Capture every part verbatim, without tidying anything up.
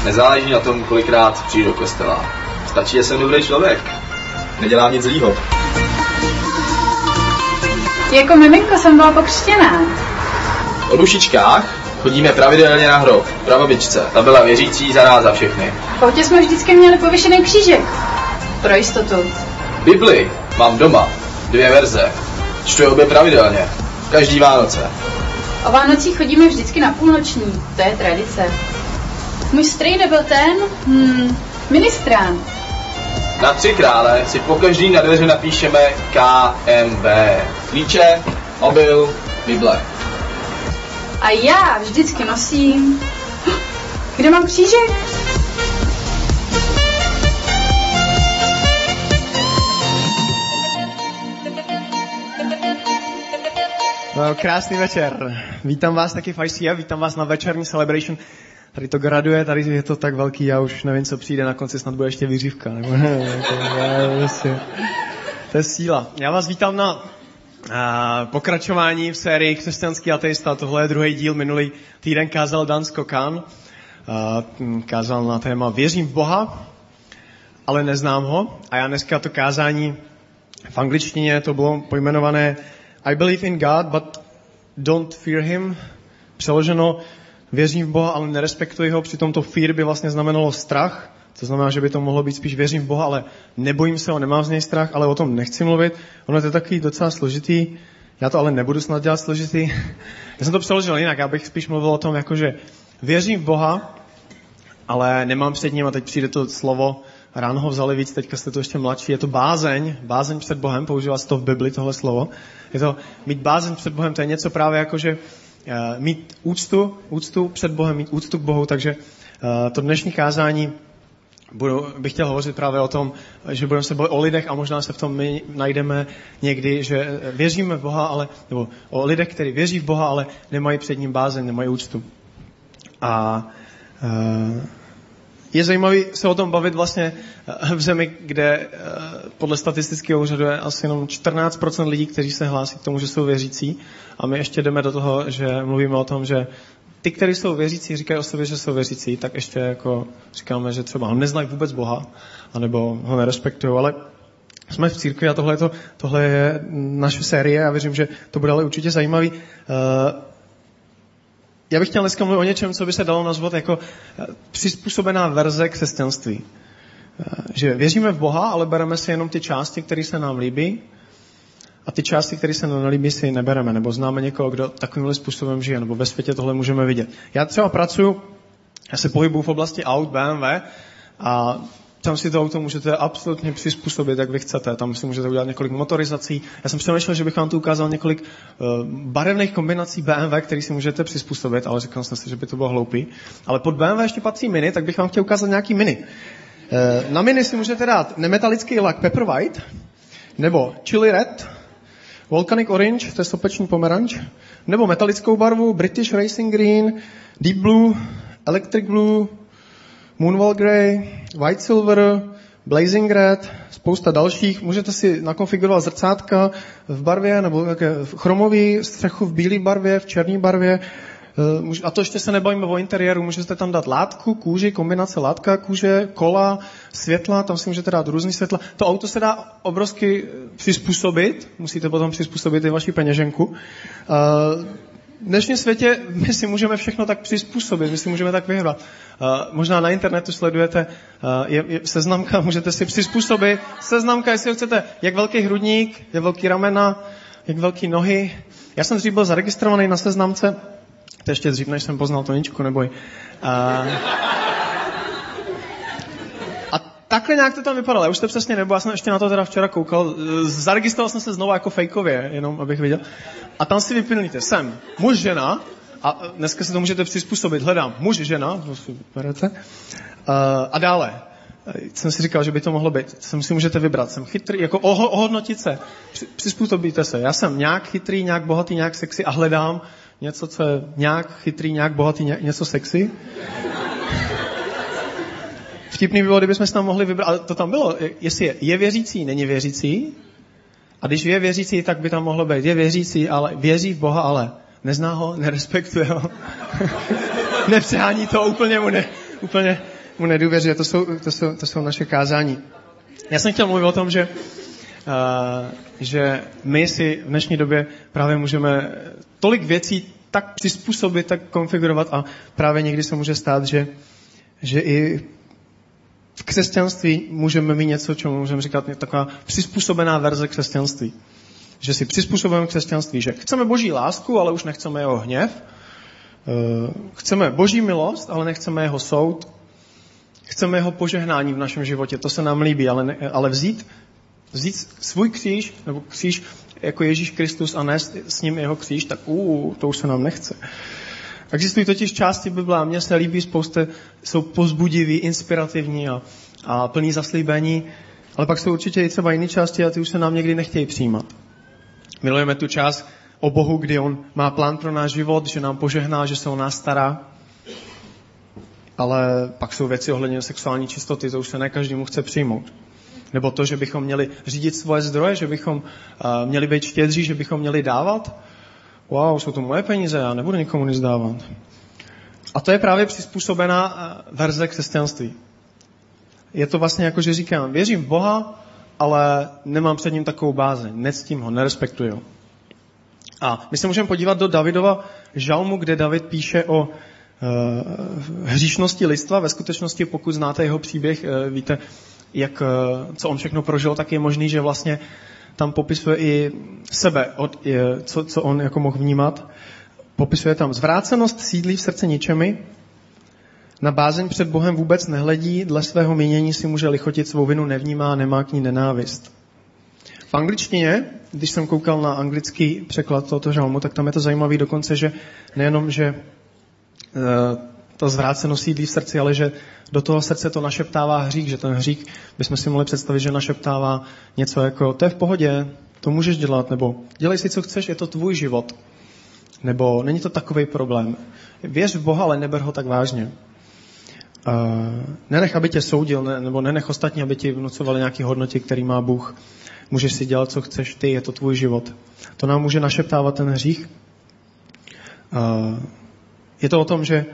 Nezáleží na tom, kolikrát přijdu do kostela. Stačí, že jsem dobrý člověk. Nedělám nic zlýho. Jako miminko jsem byla pokřtěná. O dušičkách chodíme pravidelně na hrob, prababičce. Ta byla věřící za nás za všechny. V autě jsme vždycky měli pověšený křížek. Pro jistotu. Bibli mám doma. Dvě verze. Čtu je obě pravidelně. Každý Vánoce. O Vánocích chodíme vždycky na půlnoční. To je tradice. Můj strejda byl ten, hmm, ministrán. Na tři krále si po každý na dveře napíšeme K M B. Klíče, mobil, Bible. A já vždycky nosím... Kde mám křížek? No, krásný večer. Vítám vás taky v I C F, vítám vás na večerní celebration. Tady to graduje, tady je to tak velký, já už nevím, co přijde, na konci snad bude ještě vyřívka. Nebo ne, to, je, to je síla. Já vás vítám na a, pokračování v sérii Křesťanský ateista. Tohle je druhý díl, minulý týden kázal Dan Skokan. A, kázal na téma Věřím v Boha, ale neznám ho. A já dneska to kázání v angličtině to bylo pojmenované I believe in God, but don't fear him. Přeloženo věřím v Boha, ale nerespektuji ho. Přitom to fear by vlastně znamenalo strach. To znamená, že by to mohlo být spíš věřím v Boha, ale nebojím se ho, nemám z něj strach, ale o tom nechci mluvit. Ono je to takový docela složitý. Já to ale nebudu snad dělat složitý. Já jsem to přeložil jinak. Já bych spíš mluvil o tom, jakože věřím v Boha, ale nemám před ním, a teď přijde to slovo, ráno ho vzali víc, teďka jste to ještě mladší, je to bázeň, bázeň před Bohem, používá se to v Bibli, tohle slovo. Je to mít bázeň před Bohem, to je něco právě jako, že uh, mít úctu, úctu před Bohem, mít úctu k Bohu, takže uh, to dnešní kázání budu, bych chtěl hovořit právě o tom, že budeme se bavit o lidech a možná se v tom my najdeme někdy, že věříme v Boha, ale, nebo o lidech, kteří věří v Boha, ale nemají před ním bázeň, nemají úctu. A uh, je zajímavé se o tom bavit vlastně v zemi, kde podle statistického úřadu je asi jenom čtrnáct procent lidí, kteří se hlásí k tomu, že jsou věřící. A my ještě jdeme do toho, že mluvíme o tom, že ty, kteří jsou věřící, říkají o sobě, že jsou věřící, tak ještě jako říkáme, že třeba neznají vůbec Boha, anebo ho nerespektují, ale jsme v církvi a tohle je, to, tohle je naše série a věřím, že to bude ale určitě zajímavý. Já bych chtěl dneska mluvit o něčem, co by se dalo nazvat jako přizpůsobená verze křesťanství. Že věříme v Boha, ale bereme si jenom ty části, které se nám líbí, a ty části, které se nám nelíbí, si nebereme. Nebo známe někoho, kdo takovýmhle způsobem žije, nebo ve světě tohle můžeme vidět. Já třeba pracuji, já se pohybuju v oblasti aut, B M W, a tam si to auto můžete absolutně přizpůsobit, jak vy chcete. Tam si můžete udělat několik motorizací. Já jsem přemýšlel, že bych vám tu ukázal několik uh, barevných kombinací B M W, které si můžete přizpůsobit, ale říkal jsem si, že by to bylo hloupý. Ale pod B M W ještě patří Mini, tak bych vám chtěl ukázat nějaký Mini. Uh, na Mini si můžete dát nemetalický lak Pepper White, nebo Chili Red, Volcanic Orange, to je sopečný pomeranč, nebo metalickou barvu British Racing Green, Deep Blue, Electric Blue, Moonwall Grey, White Silver, Blazing Red, spousta dalších. Můžete si nakonfigurovat zrcátka v barvě, nebo v chromový, střechu v bílé barvě, v černé barvě. A to ještě se nebavíme o interiéru. Můžete tam dát látku, kůži, kombinace látka, kůže, kola, světla, tam si můžete dát různý světla. To auto se dá obrovsky přizpůsobit, musíte potom přizpůsobit i vaši peněženku. V dnešním světě my si můžeme všechno tak přizpůsobit, my si můžeme tak vyhrát. Uh, možná na internetu sledujete uh, je, je seznamka, můžete si přizpůsobit. Seznamka, jestli ho chcete, jak velký hrudník, jak velký ramena, jak velký nohy. Já jsem dřív byl zaregistrovaný na seznamce, to ještě dřív, než jsem poznal Toničku, neboj. Uh, a takhle nějak to tam vypadalo. Já už to přesně nebo, já jsem ještě na to teda včera koukal. Zaregistroval jsem se znovu jako fejkově, jenom abych viděl. A tam si vyplníte, jsem muž, žena, a dneska se to můžete přizpůsobit, hledám muž, žena, to si berete. Uh, a dále, jsem si říkal, že by to mohlo být, jsem si můžete vybrat, jsem chytrý, jako oho, ohodnotit se, přizpůsobíte se. Já jsem nějak chytrý, nějak bohatý, nějak sexy a hledám něco, co je nějak chytrý, nějak bohatý, nějak, něco sexy. Vtipný by bylo, kdybychom si tam mohli vybrat, ale to tam bylo, jestli je, je věřící, není věřící. A když je věřící, tak by tam mohlo být, je věřící, ale věří v Boha, ale nezná ho, nerespektuje ho. Nepřehání to, úplně mu ne, úplně mu nedůvěřuje, to jsou, to jsou, to jsou naše kázání. Já jsem chtěl mluvit o tom, že, uh, že my si v dnešní době právě můžeme tolik věcí tak přizpůsobit, tak konfigurovat a právě někdy se může stát, že, že i v křesťanství můžeme mít něco, čemu můžeme říkat taková přizpůsobená verze křesťanství. Že si přizpůsobujeme křesťanství, že chceme boží lásku, ale už nechceme jeho hněv. Chceme boží milost, ale nechceme jeho soud. Chceme jeho požehnání v našem životě, to se nám líbí, ale, ne, ale vzít, vzít svůj kříž, nebo kříž jako Ježíš Kristus a nést s ním jeho kříž, tak uu, to už se nám nechce. Existují totiž části Bible a mně se líbí spousta, jsou povzbudivý, inspirativní a, a plný zaslíbení, ale pak jsou určitě i třeba jiné části a ty už se nám někdy nechtějí přijímat. Milujeme tu část o Bohu, kdy on má plán pro náš život, že nám požehná, že se o nás stará, ale pak jsou věci ohledně sexuální čistoty, to už se ne každému chce přijmout. Nebo to, že bychom měli řídit svoje zdroje, že bychom uh, měli být štědří, že bychom měli dávat. Wow, jsou to moje peníze, já nebudu nikomu nic dávat. A to je právě přizpůsobená uh, verze křesťanství. Je to vlastně jako, že říkám, věřím v Boha, ale nemám před ním takovou bázi, nectím ho, nerespektuji ho. A my se můžeme podívat do Davidova žalmu, kde David píše o uh, hříšnosti lidstva. Ve skutečnosti, pokud znáte jeho příběh, uh, víte, jak, uh, co on všechno prožil, tak je možný, že vlastně tam popisuje i sebe, od, i, co, co on jako mohl vnímat. Popisuje tam zvrácenost sídlí v srdci ničemi, na bázeň před Bohem vůbec nehledí, dle svého mínění si může lichotit svou vinu, nevnímá, nemá k ní nenávist. V angličtině, když jsem koukal na anglický překlad tohoto žalmu, tak tam je to zajímavé dokonce, že nejenom, že e, to zvrácenost sídlí v srdci, ale že do toho srdce to našeptává hřích, že ten hřích bychom si mohli představit, že našeptává něco jako, to je v pohodě, to můžeš dělat, nebo dělej si, co chceš, je to tvůj život. Nebo není to takovej problém. Věř v Boha, ale neber ho tak vážně. Uh, nenech, aby tě soudil, ne, nebo nenech ostatní, aby ti vnucovali nějaké hodnoty, který má Bůh. Můžeš si dělat, co chceš ty, je to tvůj život. To nám může našeptávat ten hřích. Uh, je to o tom, že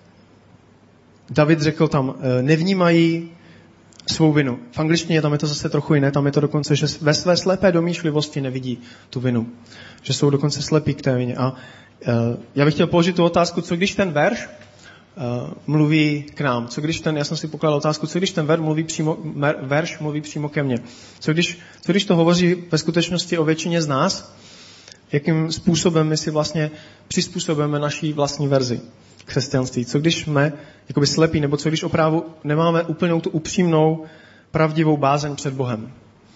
David řekl tam, uh, nevnímají svou vinu. V angličtině tam je to zase trochu jiné, tam je to dokonce, že ve své slepé domýšlivosti nevidí tu vinu. Že jsou dokonce slepí k té vině. A uh, já bych chtěl položit tu otázku, co když ten verš Uh, mluví k nám. Co když ten, já jsem si pokládal otázku, co když ten ver mluví přímo, mer, verš mluví přímo ke mně. Co když, co když to hovoří ve skutečnosti o většině z nás, jakým způsobem my si vlastně přizpůsobujeme naší vlastní verzi křesťanství. Co když jsme jakoby slepí, nebo co když opravdu nemáme úplnou tu upřímnou, pravdivou bázeň před Bohem.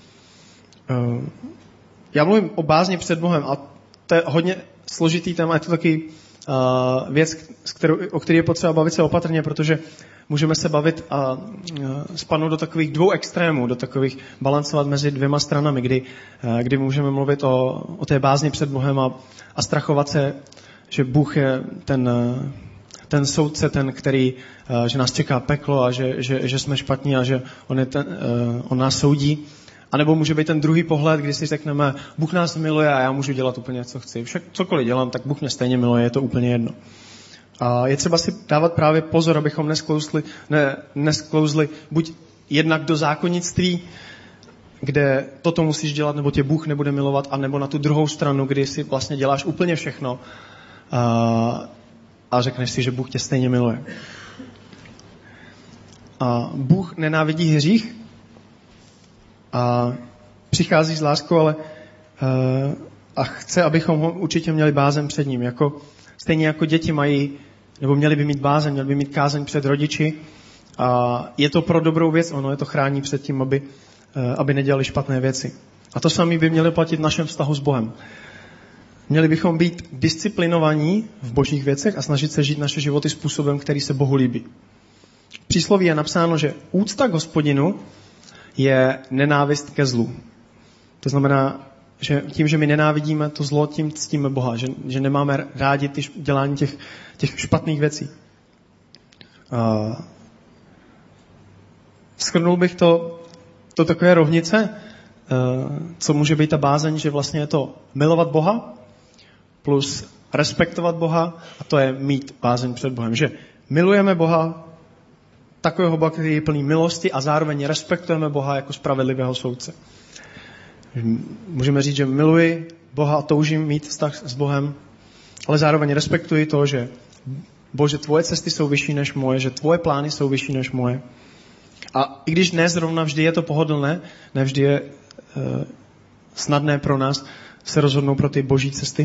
Uh, já mluvím o bázni před Bohem a to je hodně složitý téma, je to taky Uh, věc, kterou, o které je potřeba bavit se opatrně, protože můžeme se bavit a uh, spadnout do takových dvou extrémů, do takových balancovat mezi dvěma stranami, kdy, uh, kdy můžeme mluvit o, o té bázni před Bohem a, a strachovat se, že Bůh je ten, uh, ten soudce, ten, který, uh, že nás čeká peklo a že, že, že jsme špatní a že on, je ten, uh, on nás soudí. A nebo může být ten druhý pohled, kdy si řekneme, Bůh nás miluje a já můžu dělat úplně, co chci. Však cokoliv dělám, tak Bůh mě stejně miluje, je to úplně jedno. A je třeba si dávat právě pozor, abychom nesklouzli, ne, nesklouzli buď jednak do zákonnictví, kde toto musíš dělat, nebo tě Bůh nebude milovat, a nebo na tu druhou stranu, kdy si vlastně děláš úplně všechno a, a řekneš si, že Bůh tě stejně miluje. A Bůh nenávidí hřích, a přichází s láskou, ale uh, a chce, abychom ho určitě měli bázeň před ním. Jako, stejně jako děti mají, nebo měli by mít bázeň, měli by mít kázeň před rodiči. A je to pro dobrou věc, ono je to chrání před tím, aby, uh, aby nedělali špatné věci. A to samé by měli platit v našem vztahu s Bohem. Měli bychom být disciplinovaní v božích věcech a snažit se žít naše životy způsobem, který se Bohu líbí. V přísloví je napsáno, že úcta k Hospodinu je nenávist ke zlu. To znamená, že tím, že my nenávidíme to zlo, tím ctíme Boha, že, že nemáme rádi ty dělání těch, těch špatných věcí. Uh, shrnul bych to do takové rovnice, uh, co může být ta bázeň, že vlastně je to milovat Boha plus respektovat Boha, a to je mít bázeň před Bohem. Že milujeme Boha takového Boha, který je plný milosti a zároveň respektujeme Boha jako spravedlivého soudce. Můžeme říct, že miluji Boha a toužím mít vztah s Bohem, ale zároveň respektuji to, že Bože, tvoje cesty jsou vyšší než moje, že tvoje plány jsou vyšší než moje. A i když ne zrovna vždy je to pohodlné, ne vždy je e, snadné pro nás se rozhodnout pro ty boží cesty.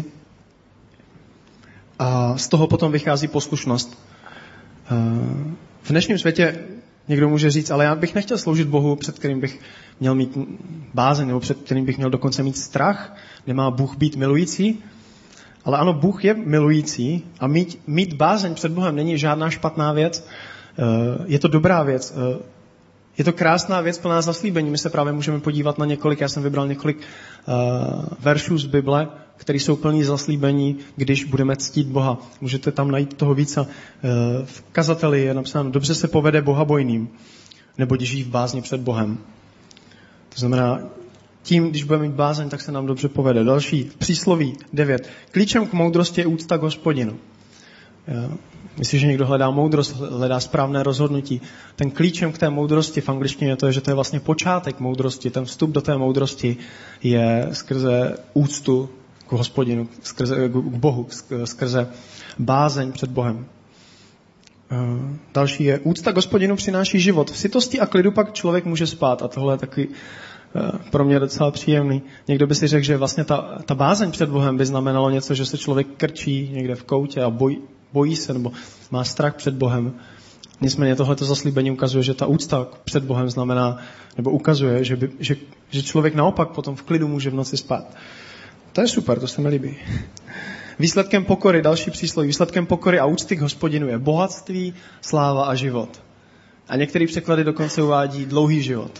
A z toho potom vychází poslušnost. E, v dnešním světě někdo může říct, ale já bych nechtěl sloužit Bohu, před kterým bych měl mít bázeň, nebo před kterým bych měl dokonce mít strach. Nemá Bůh být milující? Ale ano, Bůh je milující a mít, mít bázeň před Bohem není žádná špatná věc. Je to dobrá věc. Je to krásná věc plná zaslíbení. My se právě můžeme podívat na několik, já jsem vybral několik veršů z Bible, které jsou plný zaslíbení, když budeme ctít Boha. Můžete tam najít toho více. V kazateli je napsáno, dobře se povede bohabojným, neboť žijí v bázni před Bohem. To znamená, tím, když budeme mít bázeň, tak se nám dobře povede. Další, přísloví devět. Klíčem k moudrosti je úcta k Hospodinu. Myslím, že někdo hledá moudrost, hledá správné rozhodnutí. Ten klíčem k té moudrosti v angličtině je to, že to je vlastně počátek moudrosti. Ten vstup do té moudrosti je skrze úctu k Hospodinu, skrze, k Bohu, skrze bázeň před Bohem. Další je, úcta k Hospodinu přináší život. V sytosti a klidu pak člověk může spát. A tohle je takový pro mě docela příjemný. Někdo by si řekl, že vlastně ta, ta bázeň před Bohem by znamenalo něco, že se člověk krčí někde v koutě a bojí, bojí se nebo má strach před Bohem. Nicméně tohleto zaslíbení ukazuje, že ta úcta před Bohem znamená, nebo ukazuje, že, by, že, že člověk naopak potom v klidu může v noci spát. To je super, to se mi líbí. Výsledkem pokory, další přísloví, výsledkem pokory a úcty k Hospodinu je bohatství, sláva a život. A některé překlady dokonce uvádí dlouhý život.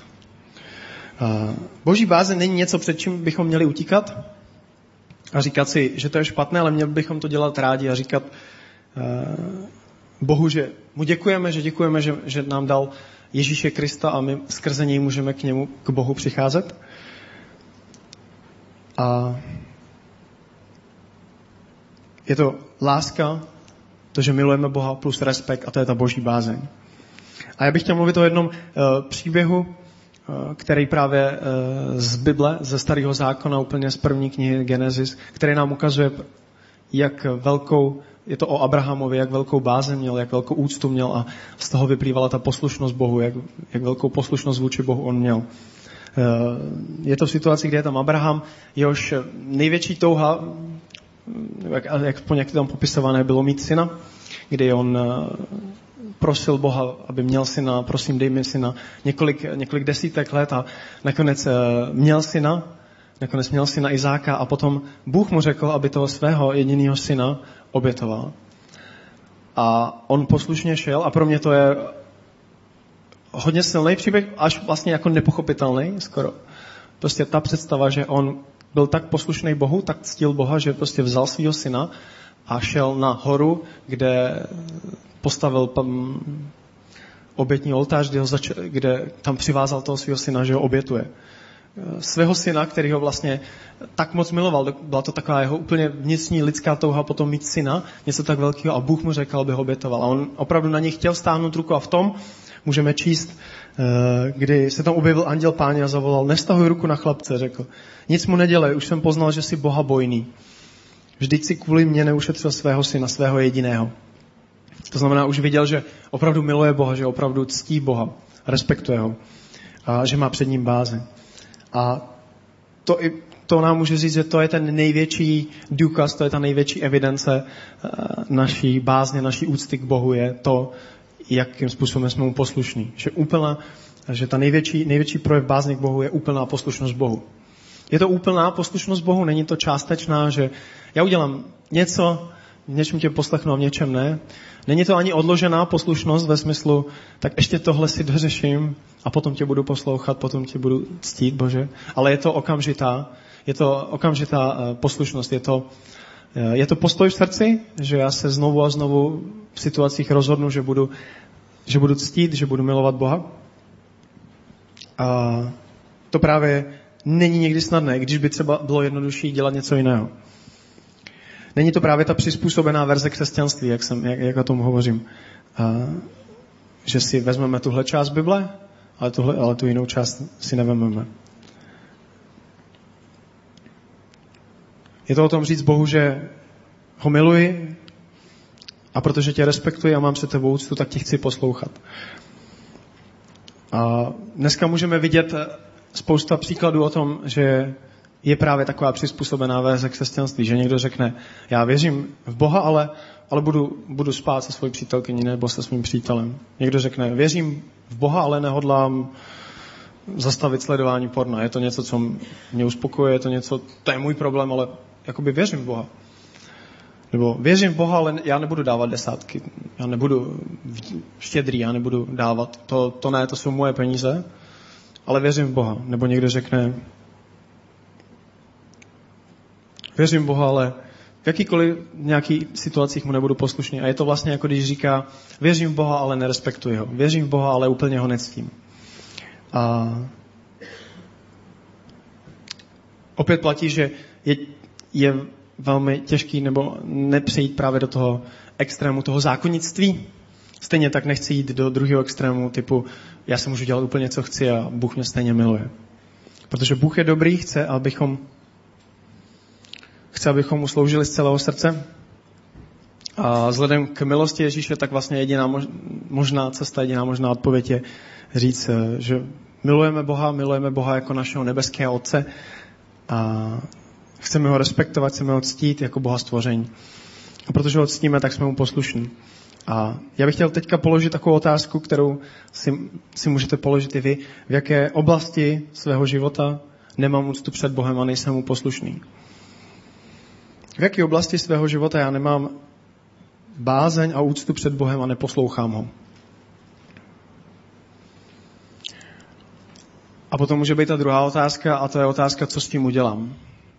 Boží bázeň není něco, před čím bychom měli utíkat a říkat si, že to je špatné, ale měli bychom to dělat rádi a říkat Bohu, že mu děkujeme, že děkujeme, že, že nám dal Ježíše Krista a my skrze něj můžeme k němu, k Bohu přicházet. A je to láska, to, že milujeme Boha, plus respekt, a to je ta boží bázeň. A já bych chtěl mluvit o jednom uh, příběhu, uh, který právě uh, z Bible, ze Starého zákona, úplně z první knihy Genesis, který nám ukazuje, jak velkou, je to o Abrahamovi, jak velkou bázeň měl, jak velkou úctu měl a z toho vyplývala ta poslušnost Bohu, jak, jak velkou poslušnost vůči Bohu on měl. Je to v situaci, kde je tam Abraham, jehož největší touha, jak, jak po někdy tam popisované, bylo mít syna, kdy on prosil Boha, aby měl syna, prosím, dej mi syna, několik, několik desítek let a nakonec měl syna, nakonec měl syna Izáka a potom Bůh mu řekl, aby toho svého jediného syna obětoval. A on poslušně šel a pro mě to je hodně silný příběh, až vlastně jako nepochopitelný skoro. Prostě ta představa, že on byl tak poslušný Bohu, tak ctil Boha, že prostě vzal svého syna a šel na horu, kde postavil obětní oltář, kde, ho zač- kde tam přivázal toho svého syna, že ho obětuje. Svého syna, který ho vlastně tak moc miloval. Byla to taková jeho úplně vnitřní lidská touha potom mít syna, něco tak velkého a Bůh mu řekl, aby ho obětoval. A on opravdu na něj chtěl stáhnout ruku a v tom můžeme číst, kdy se tam objevil anděl Páně a zavolal, nevztahuj ruku na chlapce, řekl. Nic mu nedělej, už jsem poznal, že jsi Boha bojný. Vždyť si kvůli mně neušetřil svého syna, svého jediného. To znamená, už viděl, že opravdu miluje Boha, že opravdu ctí Boha, respektuje ho a že má před ním bázeň. A to, i, to nám může říct, že to je ten největší důkaz, to je ta největší evidence naší bázně, naší úcty k Bohu je to, jakým způsobem jsme mu poslušní. Že, úplná, že ta největší, největší projev bázně k Bohu je úplná poslušnost Bohu. Je to úplná poslušnost Bohu, není to částečná, že já udělám něco, v něčem tě poslechnu a v něčem ne. Není to ani odložená poslušnost ve smyslu, tak ještě tohle si dořeším a potom tě budu poslouchat, potom tě budu ctít, Bože. Ale je to okamžitá, je to okamžitá poslušnost, je to, je to postoj v srdci, že já se znovu a znovu v situacích rozhodnu, že budu, že budu ctít, že budu milovat Boha. A to právě není někdy snadné, když by třeba bylo jednodušší dělat něco jiného. Není to právě ta přizpůsobená verze křesťanství, jak, jsem, jak, jak o tom hovořím. A že si vezmeme tuhle část Bible, ale, tuhle, ale tu jinou část si nevezmeme. Je to o tom říct Bohu, že ho miluji a protože tě respektuji a mám před tebou úctu, tak ti chci poslouchat. A dneska můžeme vidět spousta příkladů o tom, že je právě taková přizpůsobená verze křesťanství, že někdo řekne, já věřím v Boha, ale, ale budu, budu spát se svojí přítelkyní nebo se svým přítelem. Někdo řekne, věřím v Boha, ale nehodlám zastavit sledování porna. Je to něco, co mě uspokojuje, je to něco, to je můj problém, ale jakoby věřím v Boha. Nebo věřím v Boha, ale já nebudu dávat desátky. Já nebudu štědrý, já nebudu dávat. To, to ne, to jsou moje peníze, ale věřím v Boha. Nebo někdo řekne, věřím v Boha, ale v jakýkoliv nějakých situacích mu nebudu poslušný. A je to vlastně jako když říká, věřím v Boha, ale nerespektuji ho. Věřím v Boha, ale úplně ho nectím. A opět platí, že je, je velmi těžký nebo nepřejít právě do toho extrému toho zákonnictví. Stejně tak nechci jít do druhého extrému typu, já se můžu dělat úplně, co chci a Bůh mě stejně miluje. Protože Bůh je dobrý, chce, abychom chce, abychom mu sloužili z celého srdce. A vzhledem k milosti Ježíše, tak vlastně jediná možná cesta, jediná možná odpověď je říct, že milujeme Boha, milujeme Boha jako našeho nebeského Otce a chceme ho respektovat, chceme ho ctít jako Boha stvoření. A protože ho ctíme, tak jsme mu poslušní. A já bych chtěl teďka položit takovou otázku, kterou si, si můžete položit i vy. V jaké oblasti svého života nemám úctu před Bohem a nejsem mu poslušný? V jaké oblasti svého života já nemám bázeň a úctu před Bohem a neposlouchám ho? A potom může být ta druhá otázka a to je otázka, co s tím udělám.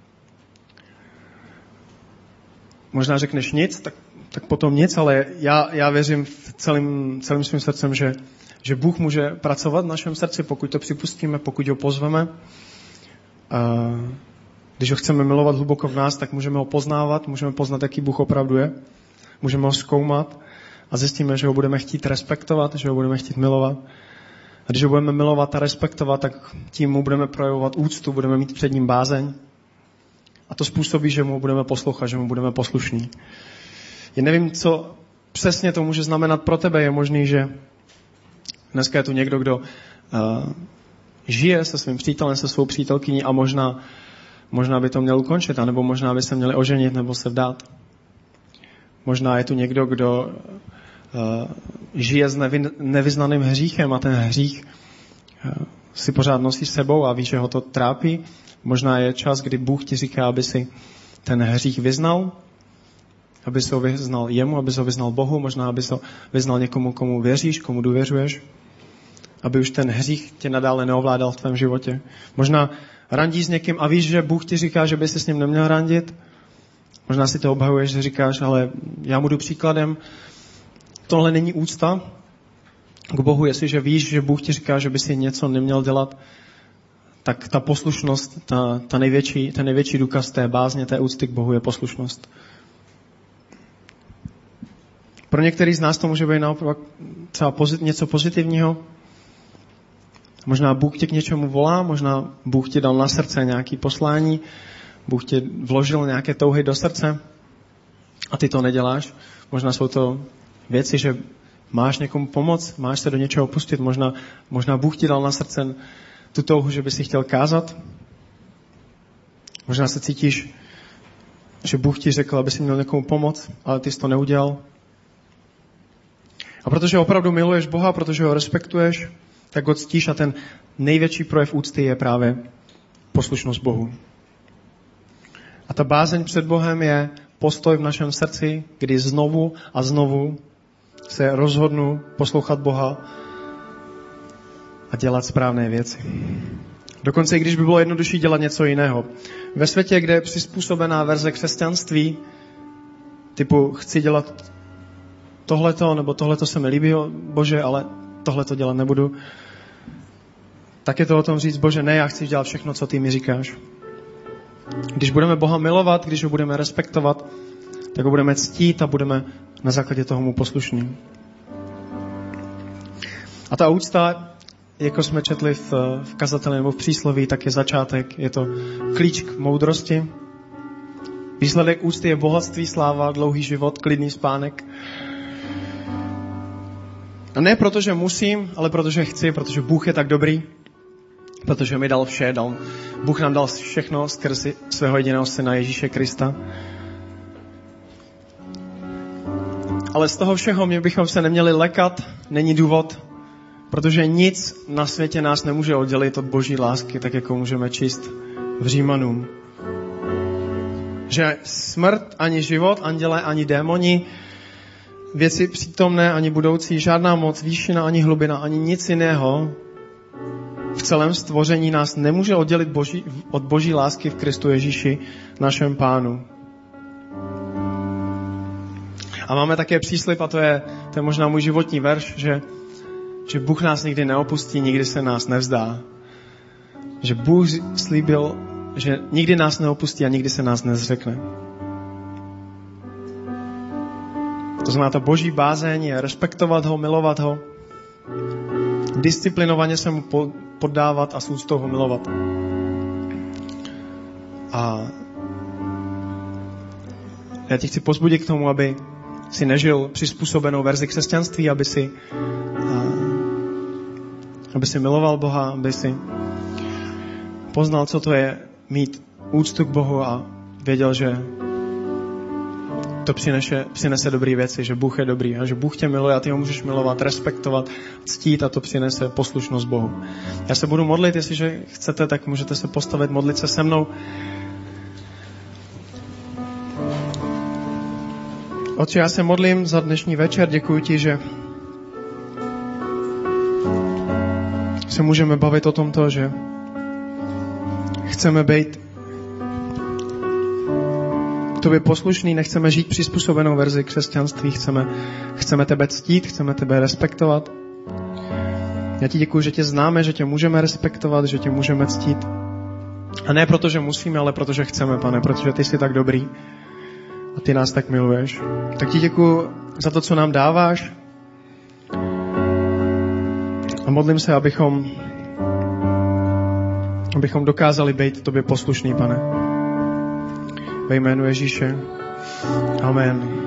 Možná řekneš nic, tak, tak potom nic, ale já, já věřím v celým, celým svým srdcem, že, že Bůh může pracovat v našem srdci, pokud to připustíme, pokud ho pozveme. A když ho chceme milovat hluboko v nás, tak můžeme ho poznávat, můžeme poznat, jaký Bůh opravdu je. Můžeme ho zkoumat a zjistíme, že ho budeme chtít respektovat, že ho budeme chtít milovat. A když ho budeme milovat a respektovat, tak tím mu budeme projevovat úctu, budeme mít před ním bázeň. A to způsobí, že mu budeme poslouchat, že mu budeme poslušní. Já nevím, co přesně to může znamenat pro tebe. Je možný, že dneska je tu někdo, kdo uh, žije se svým přítelem, se svou přítelkyní a možná, možná by to měl ukončit, anebo možná by se měli oženit nebo se vdát. Možná je tu někdo, kdo uh, žije s nevy, nevyznaným hříchem a ten hřích uh, si pořád nosí s sebou a ví, že ho to trápí. Možná je čas, kdy Bůh ti říká, aby si ten hřích vyznal, aby si ho vyznal jemu, aby si ho vyznal Bohu, možná aby si ho vyznal někomu, komu věříš, komu důvěřuješ, aby už ten hřích tě nadále neovládal v tvém životě. Možná randíš s někým a víš, že Bůh ti říká, že by si s ním neměl randit. Možná si to obhajuješ, že říkáš, ale já mu jdu příkladem. Tohle není úcta k Bohu, jestliže víš, že Bůh ti říká, že by si něco neměl dělat, tak ta poslušnost, ta, ta největší, ten největší důkaz té bázně, té úcty k Bohu je poslušnost. Pro některý z nás to může být naopak třeba pozit, něco pozitivního. Možná Bůh tě k něčemu volá, možná Bůh ti dal na srdce nějaké poslání, Bůh ti vložil nějaké touhy do srdce a ty to neděláš. Možná jsou to věci, že máš někomu pomoct, máš se do něčeho pustit, možná, možná Bůh ti dal na srdce tu touhu, že by si chtěl kázat. Možná se cítíš, že Bůh ti řekl, aby si měl někomu pomoct, ale ty jsi to neudělal. A protože opravdu miluješ Boha, protože ho respektuješ, tak ho ctíš a ten největší projev úcty je právě poslušnost Bohu. A ta bázeň před Bohem je postoj v našem srdci, kdy znovu a znovu se rozhodnu poslouchat Boha a dělat správné věci. Dokonce i když by bylo jednodušší dělat něco jiného. Ve světě, kde je přizpůsobená verze křesťanství, typu chci dělat tohleto, nebo tohleto se mi líbí, Bože, ale tohleto dělat nebudu, tak je to o tom říct, Bože, ne, já chci dělat všechno, co ty mi říkáš. Když budeme Boha milovat, když ho budeme respektovat, tak ho budeme ctít a budeme na základě toho mu poslušní. A ta úcta, jako jsme četli v, v kazateli nebo v přísloví, tak je začátek, je to klíč k moudrosti. Výsledek úcty je bohatství, sláva, dlouhý život, klidný spánek. A ne proto, že musím, ale protože chci, protože Bůh je tak dobrý, protože mi dal vše, dal, Bůh nám dal všechno skrz svého jediného syna Ježíše Krista. Ale z toho všeho my bychom se neměli lekat, není důvod, protože nic na světě nás nemůže oddělit od Boží lásky, tak jako můžeme číst v Římanům. Že smrt, ani život, anděle, ani démoni, věci přítomné, ani budoucí, žádná moc, výšina, ani hlubina, ani nic jiného v celém stvoření nás nemůže oddělit boží, od Boží lásky v Kristu Ježíši, našem Pánu. A máme také příslib, a to je, to je možná můj životní verš, že, že Bůh nás nikdy neopustí, nikdy se nás nevzdá. Že Bůh slíbil, že nikdy nás neopustí a nikdy se nás nezřekne. To znamená, ta Boží bázeň je respektovat ho, milovat ho, disciplinovaně se mu poddávat a s úctou ho milovat. A já ti chci pozbudit k tomu, aby si nežil přizpůsobenou verzi křesťanství, aby si, aby si miloval Boha, aby si poznal, co to je mít úctu k Bohu a věděl, že to přinese, přinese dobré věci, že Bůh je dobrý a že Bůh tě miluje a ty ho můžeš milovat, respektovat, ctít a to přinese poslušnost Bohu. Já se budu modlit, jestliže chcete, tak můžete se postavit, modlit se se mnou. Otče, já se modlím za dnešní večer, děkuji ti, že se můžeme bavit o tomto, že chceme být k tobě poslušný, nechceme žít přizpůsobenou verzi křesťanství, chceme, chceme tebe ctít, chceme tebe respektovat. Já ti děkuji, že tě známe, že tě můžeme respektovat, že tě můžeme ctít. A ne proto, že musíme, ale protože chceme, Pane, protože ty jsi tak dobrý a ty nás tak miluješ. Tak ti děkuji za to, co nám dáváš. A modlím se, abychom abychom dokázali být tobě poslušný, Pane. Ve jménu Ježíše. Amen.